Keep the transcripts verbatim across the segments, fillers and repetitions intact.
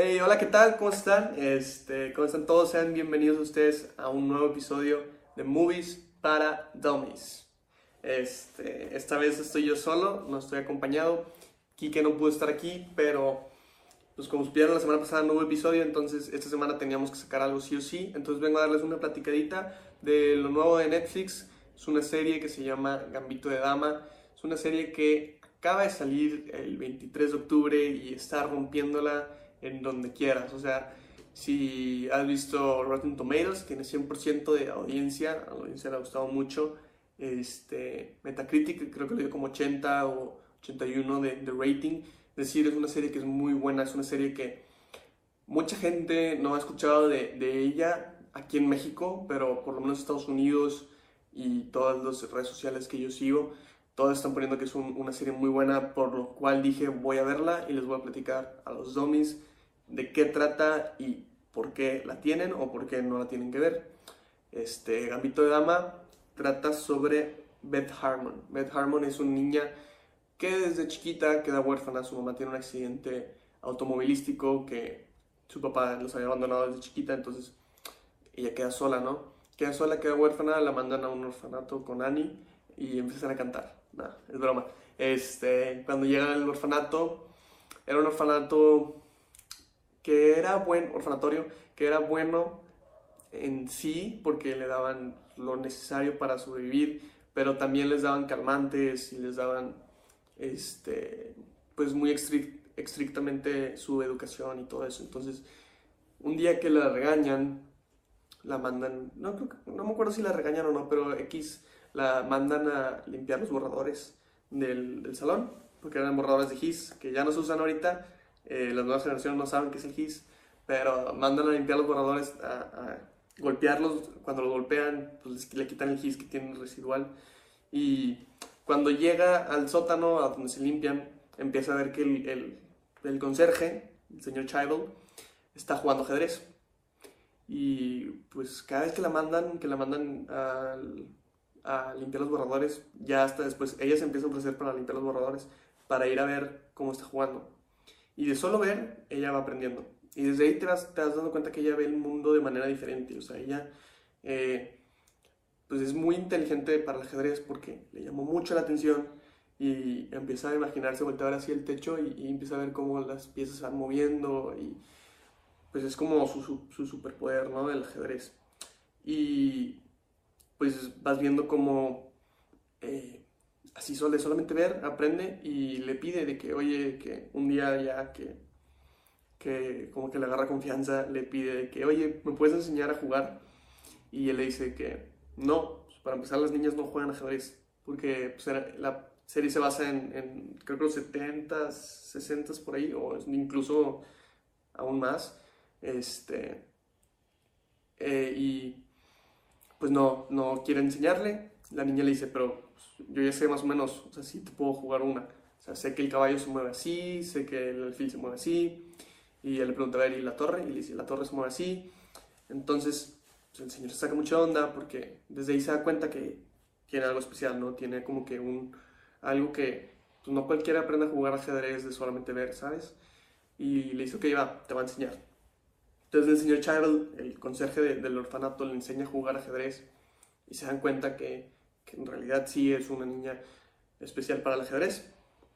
Hey, hola, ¿qué tal? ¿Cómo están? Este, ¿cómo están todos? Sean bienvenidos ustedes a un nuevo episodio de Movies para Dummies. Este, esta vez estoy yo solo, no estoy acompañado. Kike no pudo estar aquí, pero pues como supieron la semana pasada no hubo episodio, entonces esta semana teníamos que sacar algo sí o sí. Entonces vengo a darles una platicadita de lo nuevo de Netflix. Es una serie que se llama Gambito de Dama. Es una serie que acaba de salir el veintitrés de octubre y está rompiéndola en donde quieras. O sea, si has visto Rotten Tomatoes, tiene cien por ciento de audiencia. A la audiencia le ha gustado mucho. Este, Metacritic creo que le dio como ochenta o ochenta y uno de, de rating. Es decir, es una serie que es muy buena. Es una serie que mucha gente no ha escuchado de, de ella aquí en México, pero por lo menos en Estados Unidos y todas las redes sociales que yo sigo, todos están poniendo que es un, una serie muy buena, por lo cual dije voy a verla y les voy a platicar a los dummies de qué trata y por qué la tienen o por qué no la tienen que ver. Este Gambito de Dama trata sobre Beth Harmon. Beth Harmon es una niña que desde chiquita queda huérfana. Su mamá tiene un accidente automovilístico que su papá los había abandonado desde chiquita, entonces ella queda sola, ¿no? Queda sola, queda huérfana, la mandan a un orfanato con Annie y empiezan a cantar. Nada, es broma. Este, cuando llegan al orfanato, era un orfanato que era buen orfanatorio, que era bueno en sí porque le daban lo necesario para sobrevivir, pero también les daban calmantes y les daban este, pues muy estric- estrictamente su educación y todo eso. Entonces, un día que la regañan, la mandan, no, creo que- no me acuerdo si la regañan o no, pero X la mandan a limpiar los borradores del, del salón, porque eran borradores de Gis, que ya no se usan ahorita. Eh, las nuevas generaciones no saben qué es el Gis, pero mandan a limpiar los borradores, a, a golpearlos. Cuando los golpean, pues les- le quitan el Gis que tienen residual. Y cuando llega al sótano a donde se limpian, empieza a ver que el, el, el conserje, el señor Chivel, está jugando ajedrez. Y pues cada vez que la mandan, que la mandan a, a limpiar los borradores, ya hasta después ella se empieza a ofrecer para limpiar los borradores, para ir a ver cómo está jugando. Y de solo ver, ella va aprendiendo. Y desde ahí te vas, te vas dando cuenta que ella ve el mundo de manera diferente. O sea, ella eh, pues es muy inteligente para el ajedrez porque le llamó mucho la atención y empieza a imaginarse, voltear hacia el techo y, y empieza a ver cómo las piezas se van moviendo y pues es como su, su, su superpoder, ¿no? Del ajedrez. Y pues vas viendo cómo eh, así sole, solamente ver, aprende y le pide de que, oye, que un día ya que, que como que le agarra confianza, le pide de que, oye, ¿me puedes enseñar a jugar? Y él le dice que no, pues para empezar las niñas no juegan ajedrez, porque pues, era- la serie se basa en, en, creo que los setentas, sesentas por ahí, o incluso aún más. Este, eh, y pues no, no quiere enseñarle. La niña le dice, pero pues, yo ya sé más o menos, o sea, sí te puedo jugar una. O sea, sé que el caballo se mueve así, sé que el alfil se mueve así. Y él le pregunta, a ver, ¿y la torre? Y le dice, la torre se mueve así. Entonces, pues, el señor se saca mucha onda porque desde ahí se da cuenta que tiene algo especial, ¿no? Tiene como que un, algo que pues, no cualquiera aprende a jugar ajedrez de solamente ver, ¿sabes? Y le dice, ok, va, te va a enseñar. Entonces el señor Child, el conserje de- del orfanato, le enseña a jugar ajedrez y se dan cuenta que, que en realidad sí es una niña especial para el ajedrez.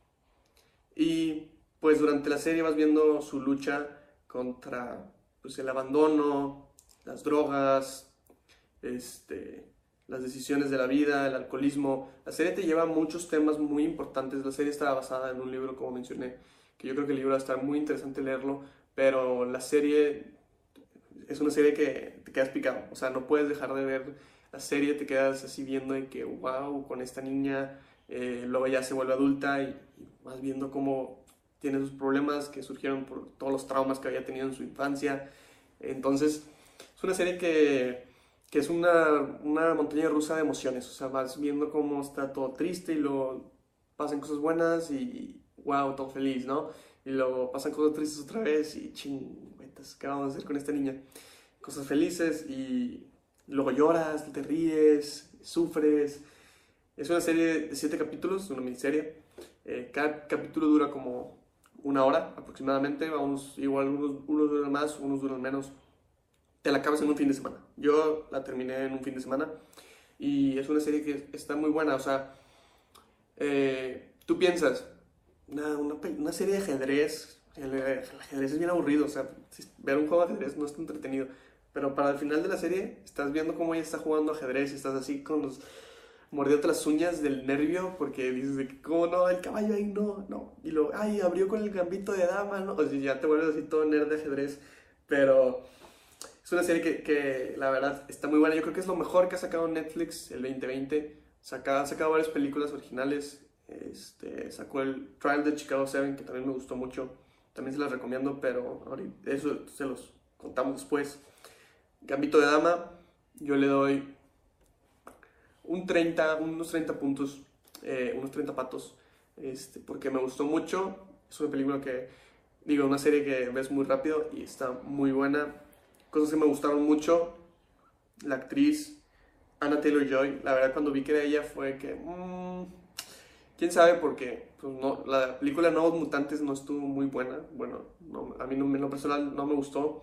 Y pues durante la serie vas viendo su lucha contra pues, el abandono, las drogas, este, las decisiones de la vida, el alcoholismo. La serie te lleva a muchos temas muy importantes. La serie está basada en un libro, como mencioné, que yo creo que el libro va a estar muy interesante leerlo, pero la serie es una serie que te quedas picado. O sea, no puedes dejar de ver la serie, te quedas así viendo de que, wow, con esta niña, eh, luego ya se vuelve adulta y, y vas viendo cómo tiene sus problemas que surgieron por todos los traumas que había tenido en su infancia. Entonces, es una serie que, que es una, una montaña rusa de emociones. O sea, vas viendo cómo está todo triste y luego pasan cosas buenas y, wow, todo feliz, ¿no? Y luego pasan cosas tristes otra vez y ching, metas, ¿qué vamos a hacer con esta niña? Cosas felices y luego lloras, te ríes, sufres. Es una serie de siete capítulos, una miniserie. Eh, cada capítulo dura como una hora aproximadamente, vamos, igual unos, unos duran más, unos duran menos. Te la acabas en un fin de semana. Yo la terminé en un fin de semana y es una serie que está muy buena, o sea, eh, tú piensas, una, una, una serie de ajedrez, el, el ajedrez es bien aburrido, o sea, ver un juego de ajedrez no es tan entretenido, pero para el final de la serie estás viendo cómo ella está jugando ajedrez y estás así con los mordiéndote las uñas del nervio porque dices de que, ¿cómo no? El caballo ahí no, no. Y luego, ay, abrió con el gambito de dama, ¿no? O sea, ya te vuelves así todo nerd de ajedrez. Pero es una serie que, que la verdad está muy buena. Yo creo que es lo mejor que ha sacado Netflix el veinte veinte. Saca, ha sacado varias películas originales. Este, sacó el Trial de Chicago siete, que también me gustó mucho. También se las recomiendo, pero ahorita, eso se los contamos después. Gambito de dama, yo le doy un treinta, unos treinta puntos, eh, unos treinta patos, este, porque me gustó mucho. Es una película que, digo, una serie que ves muy rápido y está muy buena. Cosas que me gustaron mucho, la actriz Anya Taylor-Joy, la verdad cuando vi que era ella fue que, mmm, quién sabe, porque pues no, la película Nuevos Mutantes no estuvo muy buena, bueno, no, a mí no, en lo personal no me gustó,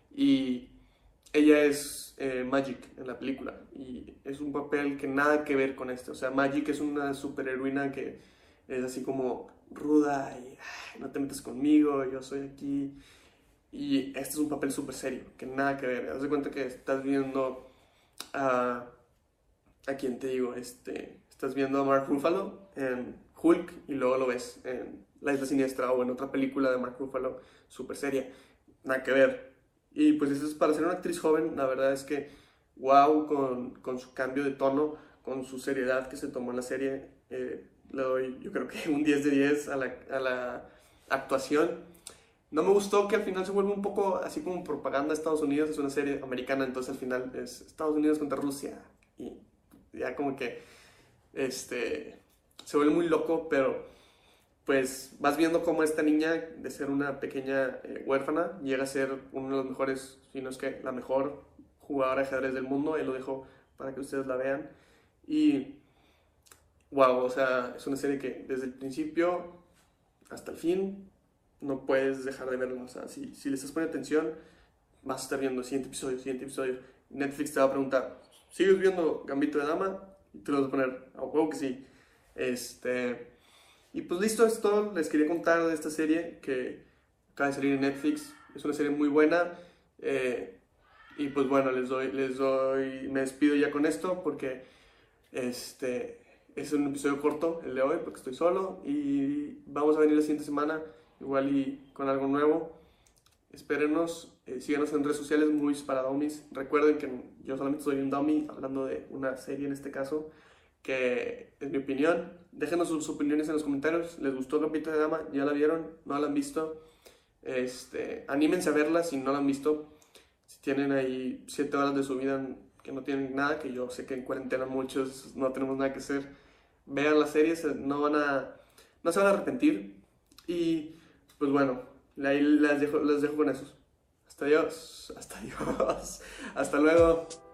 y ella es eh, Magic en la película y es un papel que nada que ver con este. O sea, Magic es una superheroína que es así como ruda y ay, no te metas conmigo, yo soy aquí. Y este es un papel súper serio, que nada que ver. Haz de cuenta que estás viendo a... ¿A quién te digo? Este, estás viendo a Mark Ruffalo en Hulk y luego lo ves en La Isla Siniestra o en otra película de Mark Ruffalo súper seria. Nada que ver. Y pues eso es para ser una actriz joven, la verdad es que wow, con, con su cambio de tono, con su seriedad que se tomó en la serie, eh, le doy yo creo que un diez de diez a la, a la actuación. No me gustó que al final se vuelva un poco así como propaganda de Estados Unidos, es una serie americana, entonces al final es Estados Unidos contra Rusia y ya como que este, se vuelve muy loco, pero pues vas viendo cómo esta niña, de ser una pequeña eh, huérfana, llega a ser uno de los mejores, si no es que la mejor jugadora de ajedrez del mundo. Él lo dejo para que ustedes la vean. Y, wow, o sea, es una serie que desde el principio hasta el fin no puedes dejar de verla. O sea, si, si le estás poniendo atención, vas a estar viendo siguiente episodio, siguiente episodio. Netflix te va a preguntar, ¿sigues viendo Gambito de Dama? Y tú le vas a poner, a huevo que sí. Este... Y pues listo, es todo. Les quería contar de esta serie que acaba de salir en Netflix. Es una serie muy buena. Eh, y pues bueno, les doy, les doy, me despido ya con esto porque este, es un episodio corto el de hoy porque estoy solo. Y vamos a venir la siguiente semana, igual y con algo nuevo. Espérenos, eh, síganos en redes sociales, Movies para Dummies. Recuerden que yo solamente soy un dummy hablando de una serie en este caso, que es mi opinión. Déjenos sus opiniones en los comentarios. ¿Les gustó Gambito de Dama? ¿Ya la vieron? ¿No la han visto? Este, anímense a verla si no la han visto. Si tienen ahí siete horas de su vida que no tienen nada, que yo sé que en cuarentena muchos no tenemos nada que hacer, vean la serie, no, van a, no se van a arrepentir. Y pues bueno, ahí les dejo, les dejo con eso. Hasta Dios, hasta Dios, hasta luego.